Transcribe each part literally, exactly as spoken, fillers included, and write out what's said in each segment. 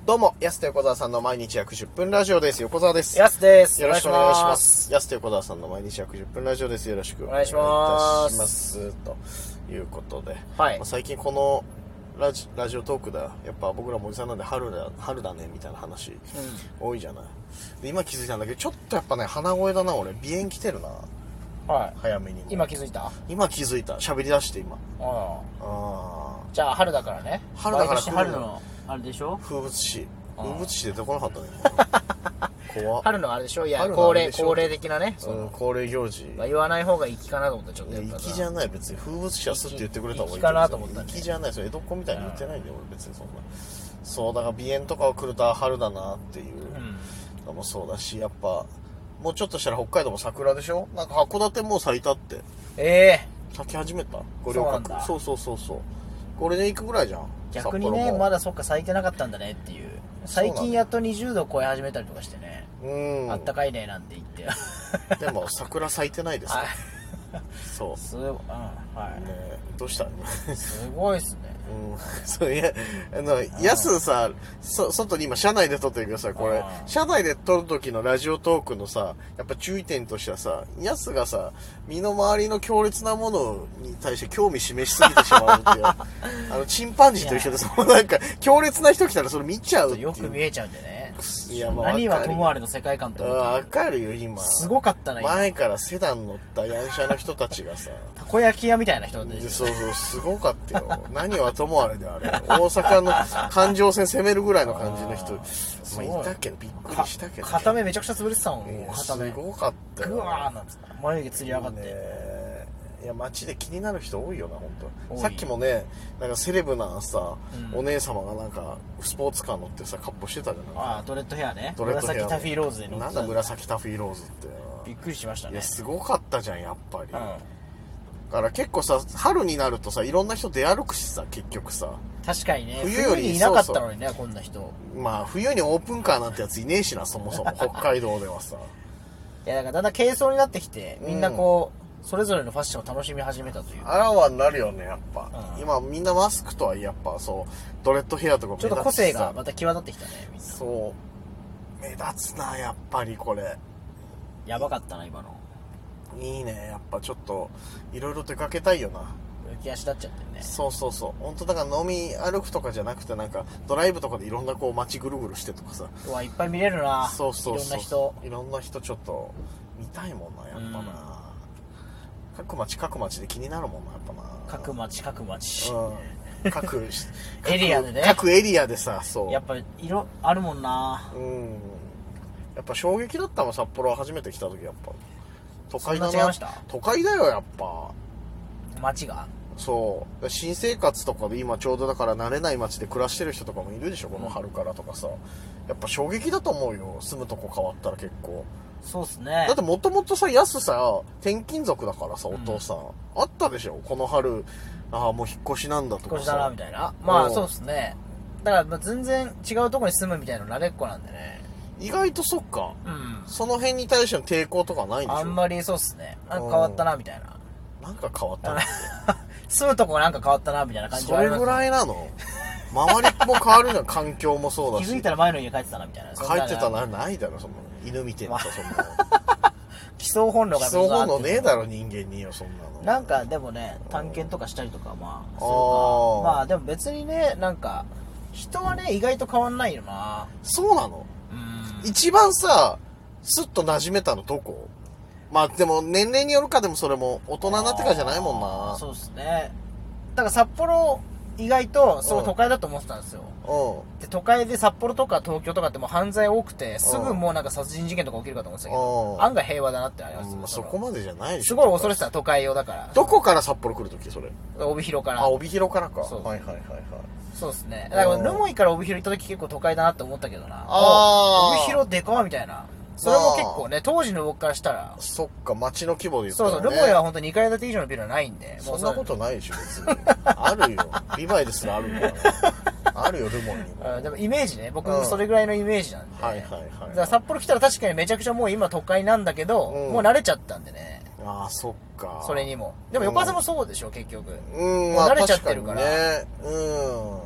どうも、安と横澤さんの毎日約じゅっぷんラジオです。横澤です。 安です。 よろしくお願いします。安と横澤さんの毎日約じゅっぷんラジオです。よろしくお願いいたします。ますということで、はい、まあ、最近このラジ、ラジオトークだ、やっぱ僕らもおじさんなんで春だ、春だねみたいな話、うん、多いじゃない。で今気づいたんだけど、ちょっとやっぱね、鼻声だな、俺。鼻炎来てるな。はい。早めに。 今気づいた今気づいた。喋り出して今。 ああ。じゃあ春だからね。 春だから来る。 春の、あれでしょ、 風物詩。風物詩出てこなかったね。怖っ。 春のあれでしょ、いや、恒例、恒例的なね。 うん、恒例行事。 言わない方が粋かなと思った、ちょっと。 いや、粋じゃない、別に。風物詩はすって言ってくれた方がいい。 粋かなと思った。 粋じゃない、それ江戸っ子みたいに言ってないんだよ、俺別にそんな。そう、だから鼻炎とかを来ると春だなっていうのもそうだし、やっぱ、もうちょっとしたら北海道も桜でしょ。なんか函館もう咲いたって。 ええー。咲き始めた五稜郭。そうそうそうそう。これで行くぐらいじゃん。 逆にね、まだそっか咲いてなかったんだねっていう。最近やっとにじゅうど超え始めたりとかしてね。うん。あったかいねなんて言って。 でも桜咲いてないですね。そう。 すごい、うん、はい。 ね、どうしたの？ すごいっすね。 うん、そういや、あの、やすさ、そ、外に今、車内で撮ってるけどさ、これ、車内で撮る時のラジオトークのさ、やっぱ注意点としてはさ、やすがさ、身の回りの強烈なものに対して興味示しすぎてしまうっていう、あの、チンパンジーと一緒で、そのなんか、強烈な人来たらそれ見ちゃうっていう。 よく見えちゃうんでね。 いや、まあ、何はともあれの世界観とわかるよ、今。 すごかったな、 今。前からセダン乗ったヤンシャの人たちがさ、 たこ焼き屋みたいな人で、 そうそう、すごかったよ。何はともあれであれ。大阪の環状線攻めるぐらいの感じの人、まあ、いたけど、びっくりしたけど、ね。 片目めちゃくちゃ潰れてたもん、 えー、片目。すごかったよ。 ぐわーなんつった。眉毛つり上がって。 ね、いや、街で気になる人多いよな、本当。さっきもね、なんかセレブなさ、うん、お姉様がなんか、スポーツカー乗ってさ、カッポしてたじゃない。 ああ、ドレッドヘアね。 ドレッドヘア。 紫タフィーローズで乗ってた。 なんだ紫タフィーローズって。 びっくりしましたね。 いや、すごかったじゃん、やっぱり。うん、だから結構さ、春になるとさ、いろんな人出歩くしさ、結局さ。 確かにね。冬よりいなかったのにね、そうそう、こんな人。 まあ、冬にオープンカーなんてやついねえしな、そもそも。北海道ではさ。 いや、だからだんだん軽装になってきて、みんなこう、うん、それぞれのファッションを楽しみ始めたという。 あらわになるよね、やっぱ。うん、今、みんなマスクとはいえ、やっぱそう、ドレッドヘアとか目立つ。 ちょっと個性がまた際立ってきたね、みんな。 そう。目立つな、やっぱりこれ。 やばかったな、今の。 いいね、やっぱちょっと、いろいろ出かけたいよな。 浮き足立っちゃってるね。 そうそうそう。本当だから飲み歩くとかじゃなくて、なんか、ドライブとかでいろんなこう街ぐるぐるしてとかさ。 うわ、いっぱい見れるな。 そうそうそう。 いろんな人。 いろんな人ちょっと、見たいもんな、やっぱな。うん、各町各町で気になるもんな、やっぱな。 各町各町。 うん。各、 エリアでね。 各エリアでさ、そう。 やっぱ色あるもんな。 うん。やっぱ衝撃だったもん、札幌初めて来た時、やっぱ。都会だな。 そんな違いました？ 都会だよ、やっぱ。 街が？ そう。新生活とかで今ちょうどだから慣れない街で暮らしてる人とかもいるでしょ、この春からとかさ。やっぱ衝撃だと思うよ、住むとこ変わったら結構。 そうっすね。 だってもともとさ、安さ、転勤族だからさ、お父さん。うん、あったでしょ、この春、ああ、もう引っ越しなんだとかさ。 引っ越しだな、みたいな。まあ、そうっすね。だからまあ全然違うとこに住むみたいなの慣れっこなんでね。 意外とそっか。 うん。 その辺に対しての抵抗とかないんでしょ？ あんまりそうっすね。なんか変わったな、みたいな。 なんか変わったなって。 住むとこなんか変わったな、みたいな感じはあります。 それぐらいなの？周りも変わるじゃん、環境もそうだし。 気づいたら前の家帰ってたな、みたいな。 帰ってたな、ないだろ、その、犬見てんのさ、そんなの。 基礎本能が。 基礎本能ねえだろ、人間によ、そんなの。 なんか、でもね、探検とかしたりとか、まあ、するか。まあ、でも別にね、なんか、人はね、意外と変わんないよな。 そうなの？一番さ、スッと馴染めたのどこ？まあでも年齢によるか、でもそれも大人になってからじゃないもんな。 そうですね。だから札幌意外とそう都会だと思ってたんですよ。うん、で都会で札幌とか東京とかってもう犯罪多くて、すぐもうなんか殺人事件とか起きるかと思ってたけど、案外平和だなってあります、 うん、そこまでじゃないでしょ。 すごい恐れてた、都会用だから。 どこから札幌来るときそれ？ 帯広から。 あ、帯広からか。 そう。 はいはいはいはい。 そうですね。だからルモイから帯広行った時結構都会だなって思ったけどな。ああ。帯広でかみたいな。それも結構ね、当時の僕からしたら。 そっか、街の規模で言ったらね。 そうそう、ルモイは本当ににかい建て以上のビルはないんで。 そんなことないでしょ、別に。あるよ。ビバイですらあるんだから。あるよ、ルモイにも。 でもイメージね、僕それぐらいのイメージなんで。 はいはいはい。 だから札幌来たら確かにめちゃくちゃもう今都会なんだけど、もう慣れちゃったんでね。 ああ、そっか。 それにも。でも横浜さんもそうでしょ、結局。 うん、 もう慣れちゃってるから。 ね。うん。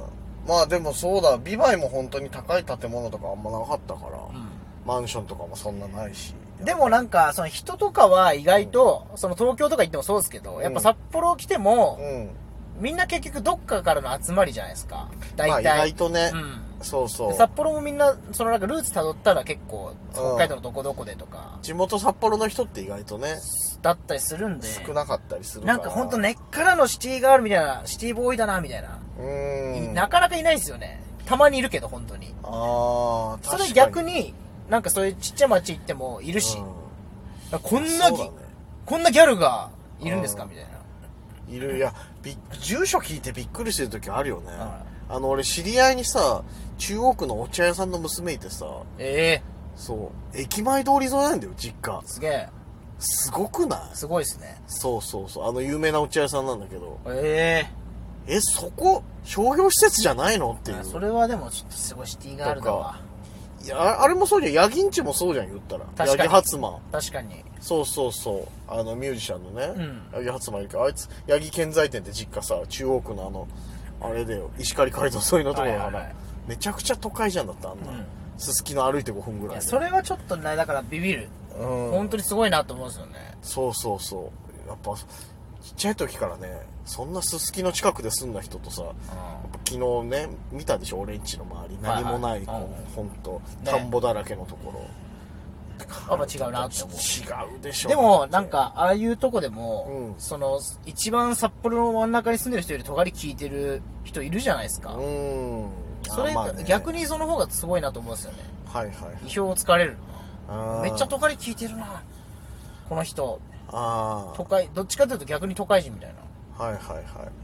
まあでもそうだ、ビバイも本当に高い建物とかあんまなかったから、うん、マンションとかもそんなないし。 でもなんか、その人とかは意外と、うん、その東京とか行ってもそうですけど、やっぱ札幌来ても、うん、みんな結局どっかからの集まりじゃないですか。大体。 まあ意外とね。うん、そうそう。 札幌もみんな、そのなんかルーツ辿ったら結構、北海道のどこどこでとか、 うん。地元札幌の人って意外とね。 だったりするんで。 少なかったりするから。 なんかほんと根っからのシティガールみたいな、シティボーイだな、みたいな。うん。なかなかいないですよね。たまにいるけど、本当に。 ああ、 確かに。それ逆に、なんかそういうちっちゃい町行ってもいるし、うん、こんな、ね、こんなギャルがいるんですか、うん、みたいな。 いる。いや、び住所聞いてびっくりしてる時あるよね。うん、あの、俺知り合いにさ、中央区のお茶屋さんの娘いてさ、 ええー、そう、駅前通り沿いなんだよ、実家。 すげえ。 すごくない？ すごいですね。 そうそうそう、あの有名なお茶屋さんなんだけど。 ええー、え、そこ、商業施設じゃないのっていう。 それはでもちょっとすごいシティガールだわ。 いや、あれもそうじゃん。ヤギンチもそうじゃん、言ったら。ヤギ発マン。 確かに。 そうそうそう。あの、ミュージシャンのね、うん、ヤギ発マンいるけど、あいつ、ヤギ建材店って実家さ、中央区のあの、あれだよ、石狩街道沿いのところだから、はいはいはい、めちゃくちゃ都会じゃんだった、あんな。すすきの歩いてごふんぐらい。いや、 それはちょっとね、だからビビる。うん。本当にすごいなと思うんですよね。 そうそうそう。やっぱ、ちっちゃい時からね、そんなすすきの近くで住んだ人とさ、うん、やっぱ昨日ね、見たでしょ、俺んちの周り。何もない、はいはい、こう、ほんと、田んぼだらけのところ。 やっぱ違うなって思う。 違うでしょ。 でも、なんか、ああいうとこでも、うん、その、一番札幌の真ん中に住んでる人より尖り聞いてる人いるじゃないですか。うん。それ、まあね、逆にその方がすごいなと思うんですよね。 はいはい。 意表をつかれるな。めっちゃ尖り聞いてるな。この人。ああ。都会、どっちかというと逆に都会人みたいな。 はいはいはい。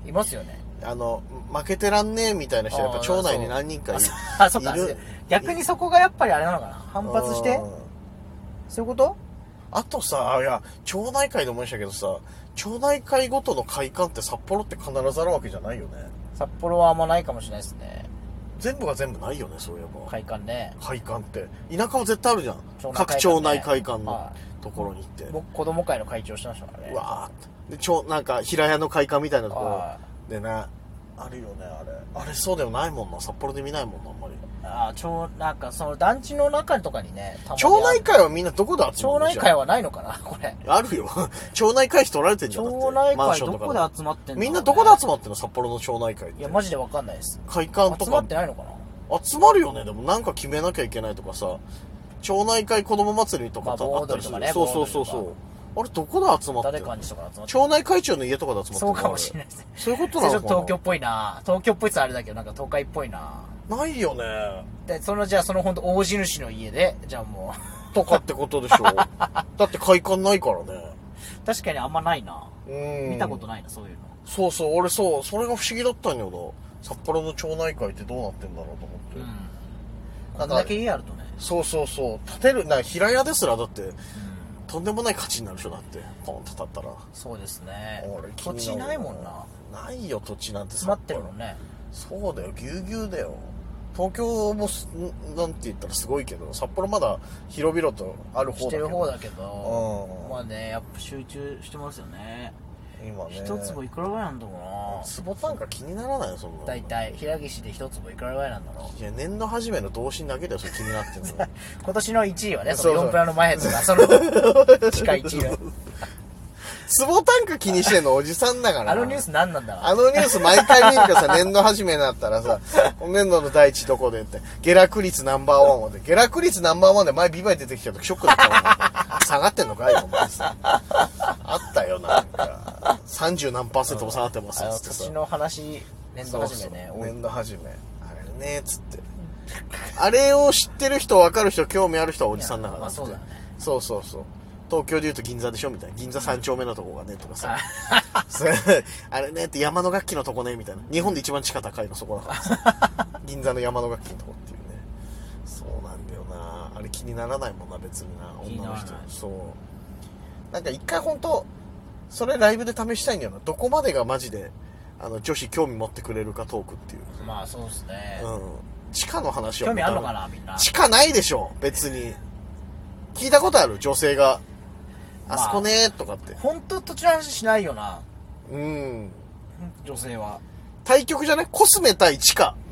いますよね。 あの、負けてらんねえみたいな人はやっぱ町内に何人かいる。 あ、そっか。逆にそこがやっぱりあれなのかな。反発してそういうこと？ あとさ、いや、町内会で思いましたけどさ、町内会ごとの会館って札幌って必ずあるわけじゃないよね。 札幌はあんまないかもしれないですね。 全部が全部ないよね、そういえば。 会館ね。 会館って。田舎は絶対あるじゃん。各町内会館のところに行って。 僕、子供会の会長してましたからね。 うわーって。で、ちょ、なんか、平屋の会館みたいなところでね、あるよね、あれ。あれそうでもないもんな。札幌で見ないもんな、あんまり。 ああ、町、なんか、その団地の中とかにね、 町内会はみんなどこで集まるの？町内会はないのかなこれ。 あるよ。町内会費取られてんじゃん。 町内会どこで集まってんの、ね、 みんなどこで集まってんの？札幌の町内会って。 いや、マジでわかんないです。 会館とか。 集まってないのかな？ 集まるよね。でもなんか決めなきゃいけないとかさ、町内会子供祭りとかあったりする。ね、そうそうそうそう。あれどこで集まってるの？町内会長の家とかで集まってるの？ そうかもしれないですね。 そういうことなのかな？ ちょっと東京っぽいな。東京っぽいってあれだけど、なんか東海っぽいな。 ないよね。 で、その、じゃあその本当大地主の家で、じゃあもう。とかってことでしょ。だって会館ないからね。 確かにあんまないな。うん。見たことないな、そういうの。 そうそう、俺そう、それが不思議だったんよな。札幌の町内会ってどうなってんだろうと思って。うん。 こんだけ家あるとね。 そうそうそう。建てる、な平屋ですらだって、うん、とんでもない価値になるでしょ、だって。ポンと建ったら。 そうですね。土地ないもんな。 ないよ、土地なんて。 詰まってるもんね。そうだよ、ぎゅうぎゅうだよ。東京もなんて言ったらすごいけど、札幌まだ広々とある方だけど。 してる方だけど、うん、まあね、やっぱ集中してますよね。 今ね。 一坪いくらぐらいなんだろうな。 坪単価気にならないよ、そんな。 大体、平岸で一坪いくらぐらいなんだろう。いや、年度初めの同心だけだよ、それ気になってるの。 今年のいちいはね、そのよんプラの前とか、その、地下いちいは。 坪単価気にしてんのおじさんだから。 あのニュース何なんだろう。 あのニュース毎回見るからさ、年度始めになったらさ、年度の第一どこでって、下落率ナンバーワンまで。下落率ナンバーワンで前ビバイ出てきた時ショックだったもん、ね。下がってんのかいお前さ。あったよ、なんか。三十何パーセントも下がってますよ、 つってさ。土地の話、年度始めね。 そうそう年度始め。あれね、つって。あれを知ってる人、分かる人、興味ある人はおじさんだから。 まあそうだね。 そうそうそう。東京で言うと銀座でしょみたいな。銀座三丁目のとこがねとかさ。あれねって山の楽器のとこねみたいな。日本で一番地価高いのそこだからさ。銀座の山の楽器のとこっていうね。そうなんだよな。あれ気にならないもんな、別にな。女の人。そう。なんか一回ほんと、それライブで試したいんだよな。どこまでがマジで、あの、女子興味持ってくれるかトークっていう。 まあそうですね。うん。 地価の話は。興味あるのかな、みんな。 地価ないでしょ、別に。聞いたことある女性が。あそこねーとかって。 本当土地の話しないよな。 うん。 女性は。 対局じゃないコスメ対地下。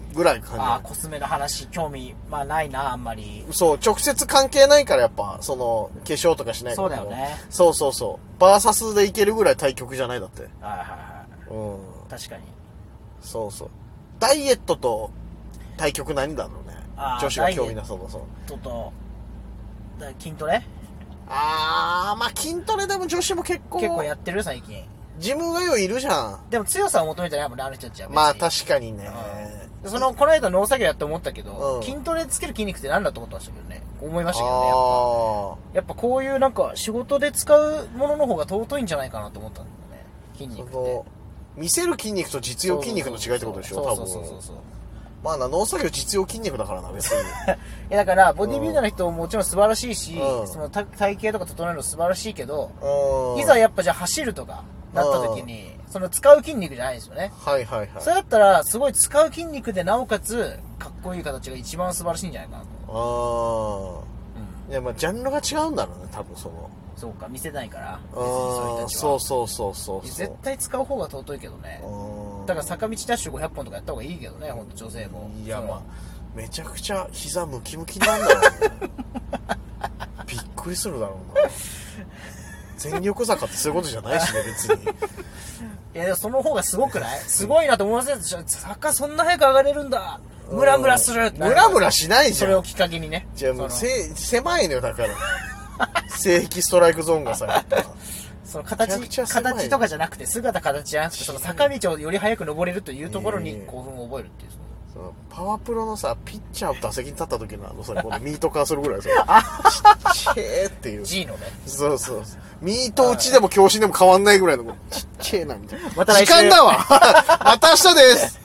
ぐらい感じ。 ああ、コスメの話、興味、まあないな、あんまり。 そう、直接関係ないからやっぱ、その、化粧とかしないから。 そうだよね。 そうそうそう。バーサスでいけるぐらい対局じゃないだって。はいはいはい。うん。確かに。 そうそう。ダイエットと対局何だろうね。女子が興味なさそうそう。 ダイエットと、筋トレ？ あー、まあ筋トレでも女子も結構。 結構やってる最近。 ジムがよいるじゃん。 でも強さを求めてないもんね、あの人たちは。 まあ確かにね。 うん、その、この間農作業やって思ったけど、うん、筋トレつける筋肉って何だと思ってましたけどね。思いましたけどね、やっぱ。やっぱこういうなんか仕事で使うものの方が尊いんじゃないかなと思ったんだよね。筋肉って。 見せる筋肉と実用筋肉の違いってことでしょ、多分。そうそうそうそう。まあな、農作業実用筋肉だからな、別に。いやだから、ボディビルダーの人ももちろん素晴らしいし、うん、その体型とか整えるの素晴らしいけど、うん、いざやっぱじゃあ走るとかなった時に、うん、その使う筋肉じゃないですよね。 はいはいはい。 それだったら、すごい使う筋肉でなおかつ、かっこいい形が一番素晴らしいんじゃないかなと。 ああ。うん。いや、まあジャンルが違うんだろうね、多分その。 そうか、見せないから。 そうそうそうそうそう。 絶対使う方が尊いけどね。だから坂道ダッシュごひゃっぽんとかやった方がいいけどね、ほんと女性も。 いやまあ、めちゃくちゃ膝ムキムキなんだろうね。びっくりするだろうな。全力坂ってそういうことじゃないしね、別に。いや、でもその方がすごくない？すごいなと思いませんでした？坂そんな早く上がれるんだ。ムラムラする。 ムラムラしないじゃん。 それをきっかけにね。 じゃあもうせ、狭いのよ、だから。正規ストライクゾーンがさ、 その形、形とかじゃなくて、姿形じゃなくて、その坂道をより早く登れるというところに興奮を覚えるっていう。 そのパワープロのさ、ピッチャーを打席に立った時のあのさ、このミートカーソルぐらいさ、ちっちぇーっていう。 G のね。 そうそう。ミート打ちでも強振でも変わんないぐらいの、ちっちぇーなみたいな。 また来週。 時間だわまた明日です